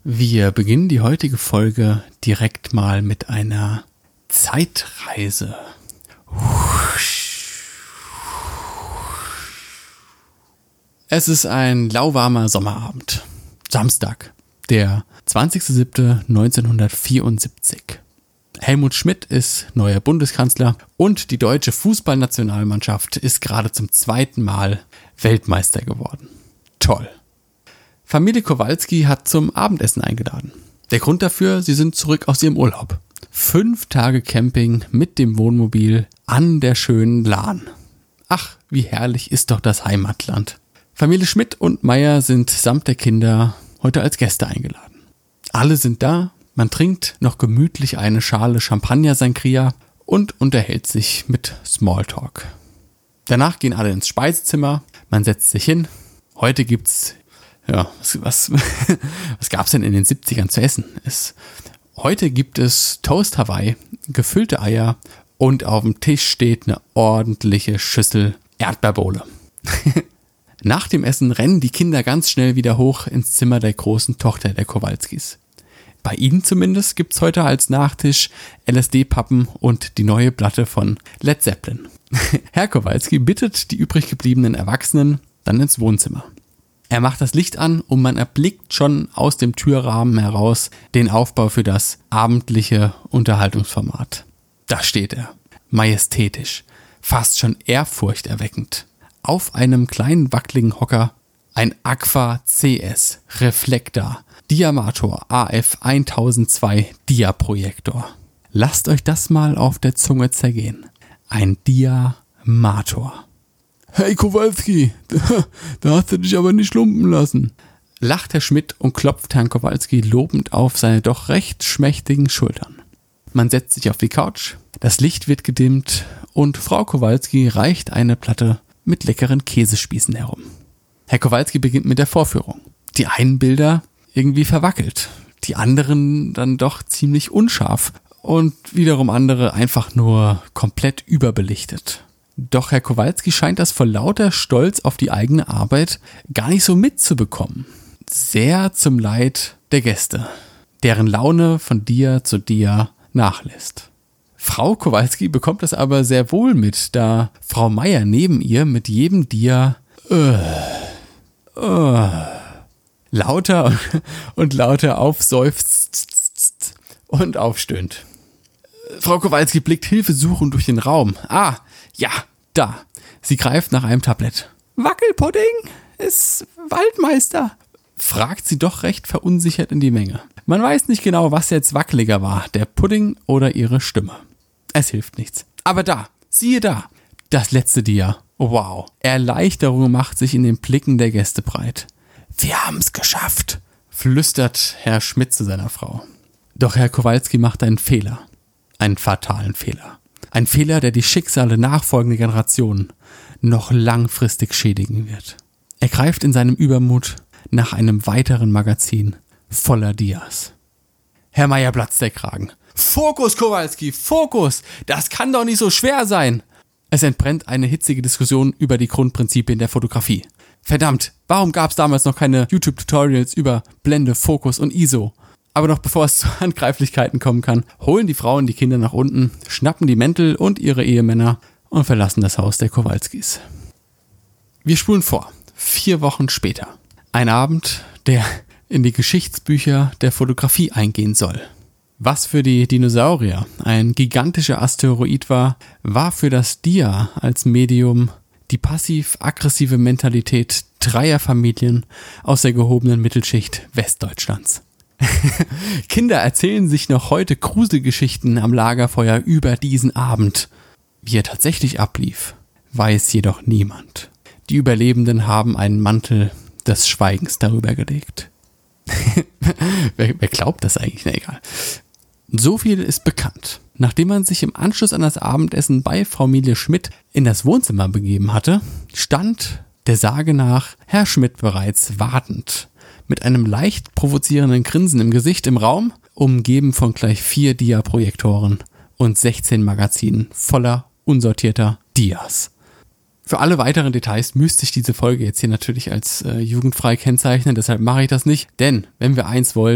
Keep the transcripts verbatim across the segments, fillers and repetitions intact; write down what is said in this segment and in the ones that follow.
Wir beginnen die heutige Folge direkt mal mit einer Zeitreise. Es ist ein lauwarmer Sommerabend. Samstag, der zwanzigster siebter neunzehnhundertvierundsiebzig. Helmut Schmidt ist neuer Bundeskanzler und die deutsche Fußballnationalmannschaft ist gerade zum zweiten Mal Weltmeister geworden. Toll. Familie Kowalski hat zum Abendessen eingeladen. Der Grund dafür, sie sind zurück aus ihrem Urlaub. Fünf Tage Camping mit dem Wohnmobil an der schönen Lahn. Ach, wie herrlich ist doch das Heimatland. Familie Schmidt und Meier sind samt der Kinder heute als Gäste eingeladen. Alle sind da, man trinkt noch gemütlich eine Schale Champagner Sangria und unterhält sich mit Smalltalk. Danach gehen alle ins Speisezimmer, man setzt sich hin. Heute gibt's, ja, was, was, was gab's denn in den siebzigern zu essen? Es, heute gibt es Toast Hawaii, gefüllte Eier und auf dem Tisch steht eine ordentliche Schüssel Erdbeerbohle. Nach dem Essen rennen die Kinder ganz schnell wieder hoch ins Zimmer der großen Tochter der Kowalskis. Bei ihnen zumindest gibt's heute als Nachtisch L S D-Pappen und die neue Platte von Led Zeppelin. Herr Kowalski bittet die übrig gebliebenen Erwachsenen dann ins Wohnzimmer. Er macht das Licht an und man erblickt schon aus dem Türrahmen heraus den Aufbau für das abendliche Unterhaltungsformat. Da steht er, majestätisch, fast schon ehrfurchterweckend. Auf einem kleinen wackeligen Hocker ein Agfa C S Reflektor Diamator A F tausendzwei Dia-Projektor. Lasst euch das mal auf der Zunge zergehen. Ein Diamator. Hey Kowalski, da, da hast du dich aber nicht lumpen lassen, lacht Herr Schmidt und klopft Herrn Kowalski lobend auf seine doch recht schmächtigen Schultern. Man setzt sich auf die Couch, das Licht wird gedimmt und Frau Kowalski reicht eine Platte mit leckeren Käsespießen herum. Herr Kowalski beginnt mit der Vorführung. Die einen Bilder irgendwie verwackelt, die anderen dann doch ziemlich unscharf und wiederum andere einfach nur komplett überbelichtet. Doch Herr Kowalski scheint das vor lauter Stolz auf die eigene Arbeit gar nicht so mitzubekommen. Sehr zum Leid der Gäste, deren Laune von Dia zu Dia nachlässt. Frau Kowalski bekommt das aber sehr wohl mit, da Frau Meier neben ihr mit jedem Dia äh, äh, lauter und, und lauter aufseufzt und aufstöhnt. Frau Kowalski blickt hilfesuchend durch den Raum. Ah, ja, da. Sie greift nach einem Tablett. Wackelpudding ist Waldmeister, fragt sie doch recht verunsichert in die Menge. Man weiß nicht genau, was jetzt wackeliger war, der Pudding oder ihre Stimme. Es hilft nichts. Aber da, siehe da, das letzte Dia. Wow, Erleichterung macht sich in den Blicken der Gäste breit. Wir haben's geschafft, flüstert Herr Schmidt zu seiner Frau. Doch Herr Kowalski macht einen Fehler. Einen fatalen Fehler. Ein Fehler, der die Schicksale nachfolgender Generationen noch langfristig schädigen wird. Er greift in seinem Übermut nach einem weiteren Magazin voller Dias. Herr Meier platzt der Kragen. Fokus, Kowalski, Fokus! Das kann doch nicht so schwer sein! Es entbrennt eine hitzige Diskussion über die Grundprinzipien der Fotografie. Verdammt, warum gab es damals noch keine YouTube-Tutorials über Blende, Fokus und I S O? Aber noch bevor es zu Handgreiflichkeiten kommen kann, holen die Frauen die Kinder nach unten, schnappen die Mäntel und ihre Ehemänner und verlassen das Haus der Kowalskis. Wir spulen vor. Vier Wochen später. Ein Abend, der in die Geschichtsbücher der Fotografie eingehen soll. Was für die Dinosaurier ein gigantischer Asteroid war, war für das Dia als Medium die passiv-aggressive Mentalität dreier Familien aus der gehobenen Mittelschicht Westdeutschlands. Kinder erzählen sich noch heute Gruselgeschichten am Lagerfeuer über diesen Abend. Wie er tatsächlich ablief, weiß jedoch niemand. Die Überlebenden haben einen Mantel des Schweigens darüber gelegt. wer, wer glaubt das eigentlich? Na egal. So viel ist bekannt. Nachdem man sich im Anschluss an das Abendessen bei Familie Schmidt in das Wohnzimmer begeben hatte, stand der Sage nach Herr Schmidt bereits wartend, mit einem leicht provozierenden Grinsen im Gesicht im Raum, umgeben von gleich vier Dia-Projektoren und sechzehn Magazinen voller unsortierter Dias. Für alle weiteren Details müsste ich diese Folge jetzt hier natürlich als äh, jugendfrei kennzeichnen, deshalb mache ich das nicht. Denn wenn wir eins wollen,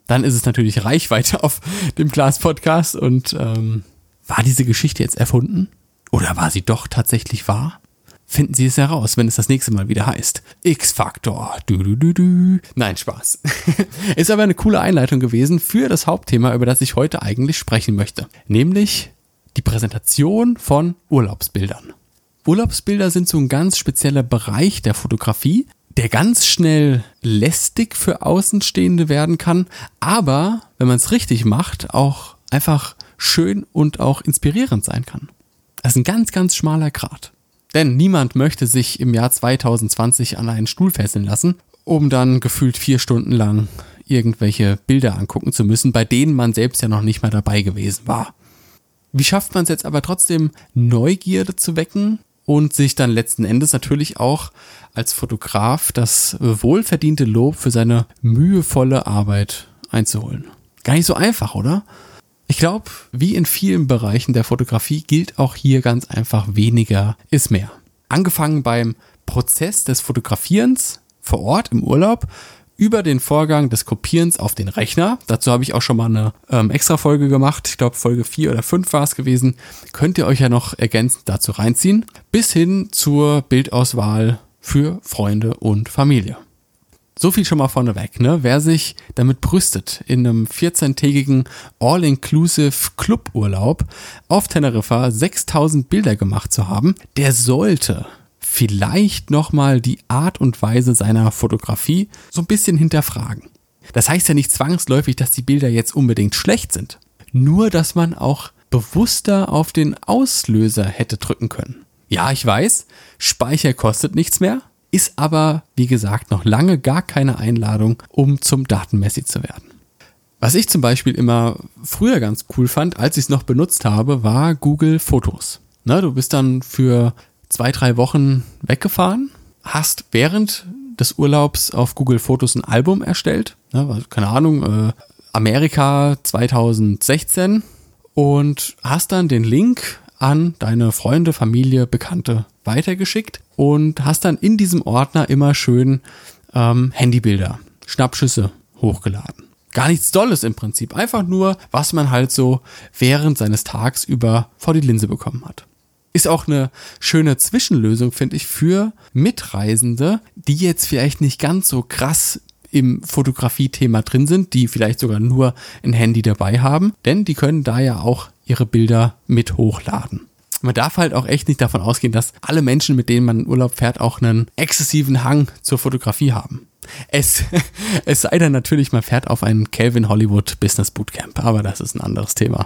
dann ist es natürlich Reichweite auf dem Glas-Podcast. Und ähm, war diese Geschichte jetzt erfunden? Oder war sie doch tatsächlich wahr? Finden Sie es heraus, wenn es das nächste Mal wieder heißt X-Faktor. Du, du, du, du. Nein, Spaß. Ist aber eine coole Einleitung gewesen für das Hauptthema, über das ich heute eigentlich sprechen möchte. Nämlich die Präsentation von Urlaubsbildern. Urlaubsbilder sind so ein ganz spezieller Bereich der Fotografie, der ganz schnell lästig für Außenstehende werden kann, aber, wenn man es richtig macht, auch einfach schön und auch inspirierend sein kann. Das ist ein ganz, ganz schmaler Grat. Denn niemand möchte sich im Jahr zwanzig zwanzig an einen Stuhl fesseln lassen, um dann gefühlt vier Stunden lang irgendwelche Bilder angucken zu müssen, bei denen man selbst ja noch nicht mal dabei gewesen war. Wie schafft man es jetzt aber trotzdem, Neugierde zu wecken und sich dann letzten Endes natürlich auch als Fotograf das wohlverdiente Lob für seine mühevolle Arbeit einzuholen? Gar nicht so einfach, oder? Ich glaube, wie in vielen Bereichen der Fotografie gilt auch hier ganz einfach, weniger ist mehr. Angefangen beim Prozess des Fotografierens vor Ort im Urlaub, über den Vorgang des Kopierens auf den Rechner. Dazu habe ich auch schon mal eine ähm, extra Folge gemacht. Ich glaube, Folge vier oder fünf war es gewesen. Könnt ihr euch ja noch ergänzend dazu reinziehen. Bis hin zur Bildauswahl für Freunde und Familie. So viel schon mal vorneweg, ne? Wer sich damit brüstet, in einem vierzehntägigen All-Inclusive Cluburlaub auf Teneriffa sechstausend Bilder gemacht zu haben, der sollte vielleicht nochmal die Art und Weise seiner Fotografie so ein bisschen hinterfragen. Das heißt ja nicht zwangsläufig, dass die Bilder jetzt unbedingt schlecht sind. Nur, dass man auch bewusster auf den Auslöser hätte drücken können. Ja, ich weiß, Speicher kostet nichts mehr. Ist aber, wie gesagt, noch lange gar keine Einladung, um zum Datenmessi zu werden. Was ich zum Beispiel immer früher ganz cool fand, als ich es noch benutzt habe, war Google Fotos. Na, du bist dann für zwei, drei Wochen weggefahren, hast während des Urlaubs auf Google Fotos ein Album erstellt, na, keine Ahnung, äh, Amerika zwanzig sechzehn, und hast dann den Link an deine Freunde, Familie, Bekannte weitergeschickt und hast dann in diesem Ordner immer schön ähm, Handybilder, Schnappschüsse hochgeladen. Gar nichts Dolles im Prinzip, einfach nur, was man halt so während seines Tags über vor die Linse bekommen hat. Ist auch eine schöne Zwischenlösung, finde ich, für Mitreisende, die jetzt vielleicht nicht ganz so krass im Fotografie-Thema drin sind, die vielleicht sogar nur ein Handy dabei haben, denn die können da ja auch ihre Bilder mit hochladen. Man darf halt auch echt nicht davon ausgehen, dass alle Menschen, mit denen man in Urlaub fährt, auch einen exzessiven Hang zur Fotografie haben. Es, es sei denn natürlich, man fährt auf ein Calvin Hollywood Business Bootcamp, aber das ist ein anderes Thema.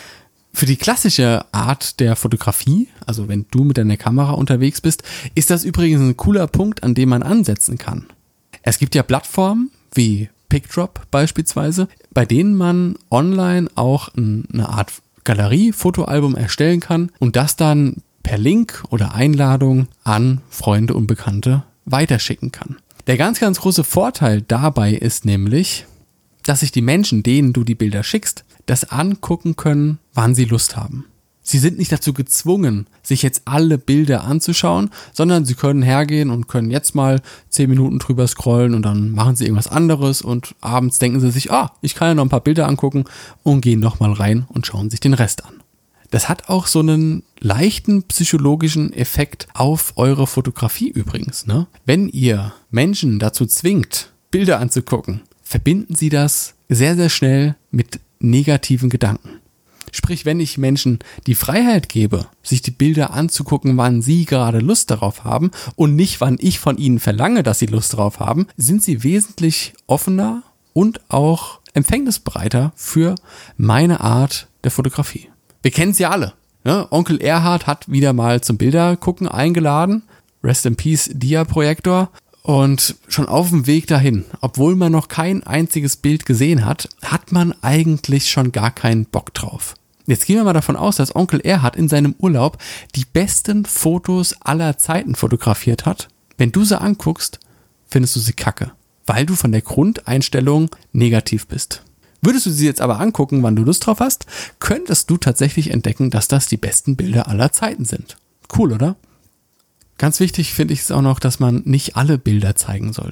Für die klassische Art der Fotografie, also wenn du mit deiner Kamera unterwegs bist, ist das übrigens ein cooler Punkt, an dem man ansetzen kann. Es gibt ja Plattformen wie PicDrop beispielsweise, bei denen man online auch eine Art Galerie, Fotoalbum erstellen kann und das dann per Link oder Einladung an Freunde und Bekannte weiterschicken kann. Der ganz, ganz große Vorteil dabei ist nämlich, dass sich die Menschen, denen du die Bilder schickst, das angucken können, wann sie Lust haben. Sie sind nicht dazu gezwungen, sich jetzt alle Bilder anzuschauen, sondern sie können hergehen und können jetzt mal zehn Minuten drüber scrollen und dann machen sie irgendwas anderes und abends denken sie sich, ah, ich kann ja noch ein paar Bilder angucken und gehen nochmal rein und schauen sich den Rest an. Das hat auch so einen leichten psychologischen Effekt auf eure Fotografie übrigens, ne? Wenn ihr Menschen dazu zwingt, Bilder anzugucken, verbinden sie das sehr, sehr schnell mit negativen Gedanken. Sprich, wenn ich Menschen die Freiheit gebe, sich die Bilder anzugucken, wann sie gerade Lust darauf haben und nicht, wann ich von ihnen verlange, dass sie Lust darauf haben, sind sie wesentlich offener und auch empfängnisbereiter für meine Art der Fotografie. Wir kennen es ja alle. Ne? Onkel Erhard hat wieder mal zum Bildergucken eingeladen. Rest in Peace Dia-Projektor. Und schon auf dem Weg dahin, obwohl man noch kein einziges Bild gesehen hat, hat man eigentlich schon gar keinen Bock drauf. Jetzt gehen wir mal davon aus, dass Onkel Erhard in seinem Urlaub die besten Fotos aller Zeiten fotografiert hat. Wenn du sie anguckst, findest du sie kacke, weil du von der Grundeinstellung negativ bist. Würdest du sie jetzt aber angucken, wann du Lust drauf hast, könntest du tatsächlich entdecken, dass das die besten Bilder aller Zeiten sind. Cool, oder? Ganz wichtig finde ich es auch noch, dass man nicht alle Bilder zeigen sollte.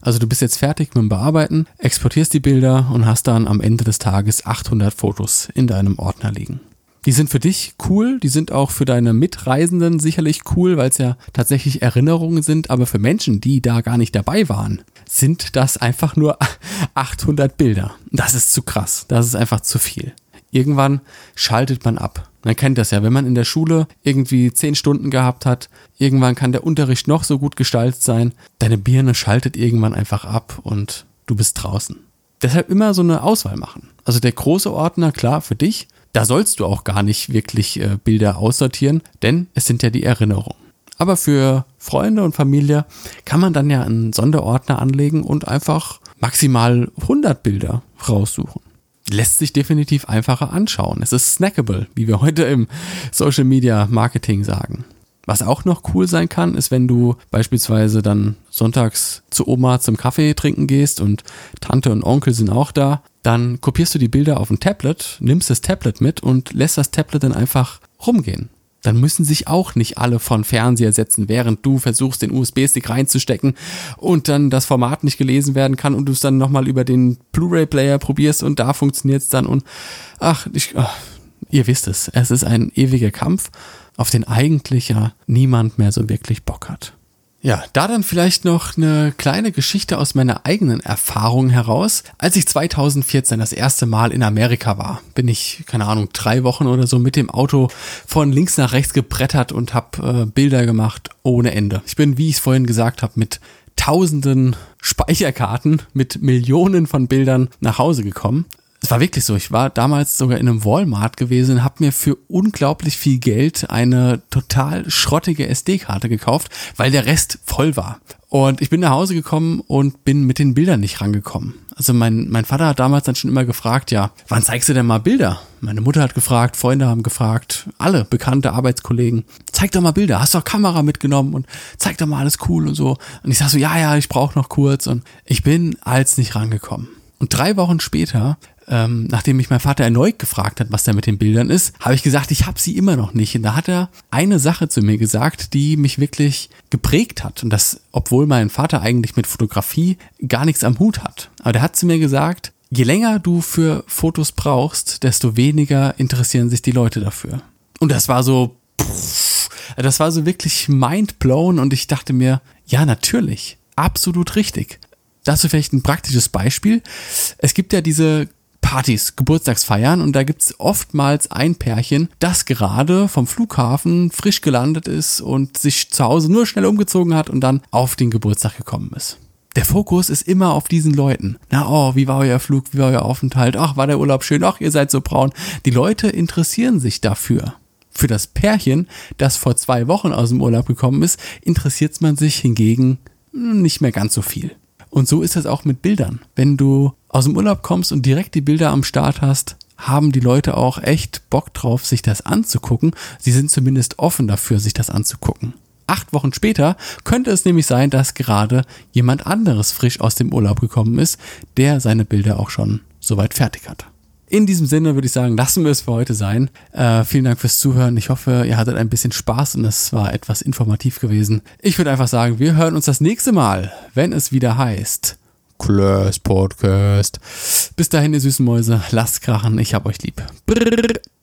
Also du bist jetzt fertig mit dem Bearbeiten, exportierst die Bilder und hast dann am Ende des Tages achthundert Fotos in deinem Ordner liegen. Die sind für dich cool, die sind auch für deine Mitreisenden sicherlich cool, weil es ja tatsächlich Erinnerungen sind, aber für Menschen, die da gar nicht dabei waren, sind das einfach nur achthundert Bilder. Das ist zu krass, das ist einfach zu viel. Irgendwann schaltet man ab. Man kennt das ja, wenn man in der Schule irgendwie zehn Stunden gehabt hat, irgendwann kann der Unterricht noch so gut gestaltet sein, deine Birne schaltet irgendwann einfach ab und du bist draußen. Deshalb immer so eine Auswahl machen. Also der große Ordner, klar, für dich, da sollst du auch gar nicht wirklich äh, Bilder aussortieren, denn es sind ja die Erinnerungen. Aber für Freunde und Familie kann man dann ja einen Sonderordner anlegen und einfach maximal hundert Bilder raussuchen. Lässt sich definitiv einfacher anschauen. Es ist snackable, wie wir heute im Social Media Marketing sagen. Was auch noch cool sein kann, ist, wenn du beispielsweise dann sonntags zu Oma zum Kaffee trinken gehst und Tante und Onkel sind auch da, dann kopierst du die Bilder auf ein Tablet, nimmst das Tablet mit und lässt das Tablet dann einfach rumgehen. Dann müssen sich auch nicht alle von Fernseher setzen, während du versuchst, den U S B-Stick reinzustecken und dann das Format nicht gelesen werden kann und du es dann nochmal über den Blu-ray-Player probierst und da funktioniert es dann und ach, ich, ach, ihr wisst es, es ist ein ewiger Kampf, auf den eigentlich ja niemand mehr so wirklich Bock hat. Ja, da dann vielleicht noch eine kleine Geschichte aus meiner eigenen Erfahrung heraus. Als ich zweitausendvierzehn das erste Mal in Amerika war, bin ich, keine Ahnung, drei Wochen oder so mit dem Auto von links nach rechts gebrettert und habe äh, Bilder gemacht ohne Ende. Ich bin, wie ich es vorhin gesagt habe, mit tausenden Speicherkarten, mit Millionen von Bildern nach Hause gekommen. Es war wirklich so, ich war damals sogar in einem Walmart gewesen und habe mir für unglaublich viel Geld eine total schrottige S D-Karte gekauft, weil der Rest voll war. Und ich bin nach Hause gekommen und bin mit den Bildern nicht rangekommen. Also mein, mein Vater hat damals dann schon immer gefragt, ja, wann zeigst du denn mal Bilder? Meine Mutter hat gefragt, Freunde haben gefragt, alle bekannte Arbeitskollegen, zeig doch mal Bilder, hast doch Kamera mitgenommen und zeig doch mal alles cool und so. Und ich sag so, ja, ja, ich brauche noch kurz und ich bin als nicht rangekommen. Und drei Wochen später, ähm, nachdem mich mein Vater erneut gefragt hat, was da mit den Bildern ist, habe ich gesagt, ich habe sie immer noch nicht. Und da hat er eine Sache zu mir gesagt, die mich wirklich geprägt hat. Und das, obwohl mein Vater eigentlich mit Fotografie gar nichts am Hut hat. Aber der hat zu mir gesagt, je länger du für Fotos brauchst, desto weniger interessieren sich die Leute dafür. Und das war so, pff, das war so wirklich mindblown. Und ich dachte mir, ja, natürlich, absolut richtig. Dazu vielleicht ein praktisches Beispiel. Es gibt ja diese Partys, Geburtstagsfeiern und da gibt's oftmals ein Pärchen, das gerade vom Flughafen frisch gelandet ist und sich zu Hause nur schnell umgezogen hat und dann auf den Geburtstag gekommen ist. Der Fokus ist immer auf diesen Leuten. Na, oh, wie war euer Flug, wie war euer Aufenthalt? Ach, war der Urlaub schön? Ach, ihr seid so braun. Die Leute interessieren sich dafür. Für das Pärchen, das vor zwei Wochen aus dem Urlaub gekommen ist, interessiert man sich hingegen nicht mehr ganz so viel. Und so ist es auch mit Bildern. Wenn du aus dem Urlaub kommst und direkt die Bilder am Start hast, haben die Leute auch echt Bock drauf, sich das anzugucken. Sie sind zumindest offen dafür, sich das anzugucken. Acht Wochen später könnte es nämlich sein, dass gerade jemand anderes frisch aus dem Urlaub gekommen ist, der seine Bilder auch schon soweit fertig hat. In diesem Sinne würde ich sagen, lassen wir es für heute sein. Äh, vielen Dank fürs Zuhören. Ich hoffe, ihr hattet ein bisschen Spaß und es war etwas informativ gewesen. Ich würde einfach sagen, wir hören uns das nächste Mal, wenn es wieder heißt Class Podcast. Bis dahin, ihr süßen Mäuse, lasst krachen, ich hab euch lieb. Brrr.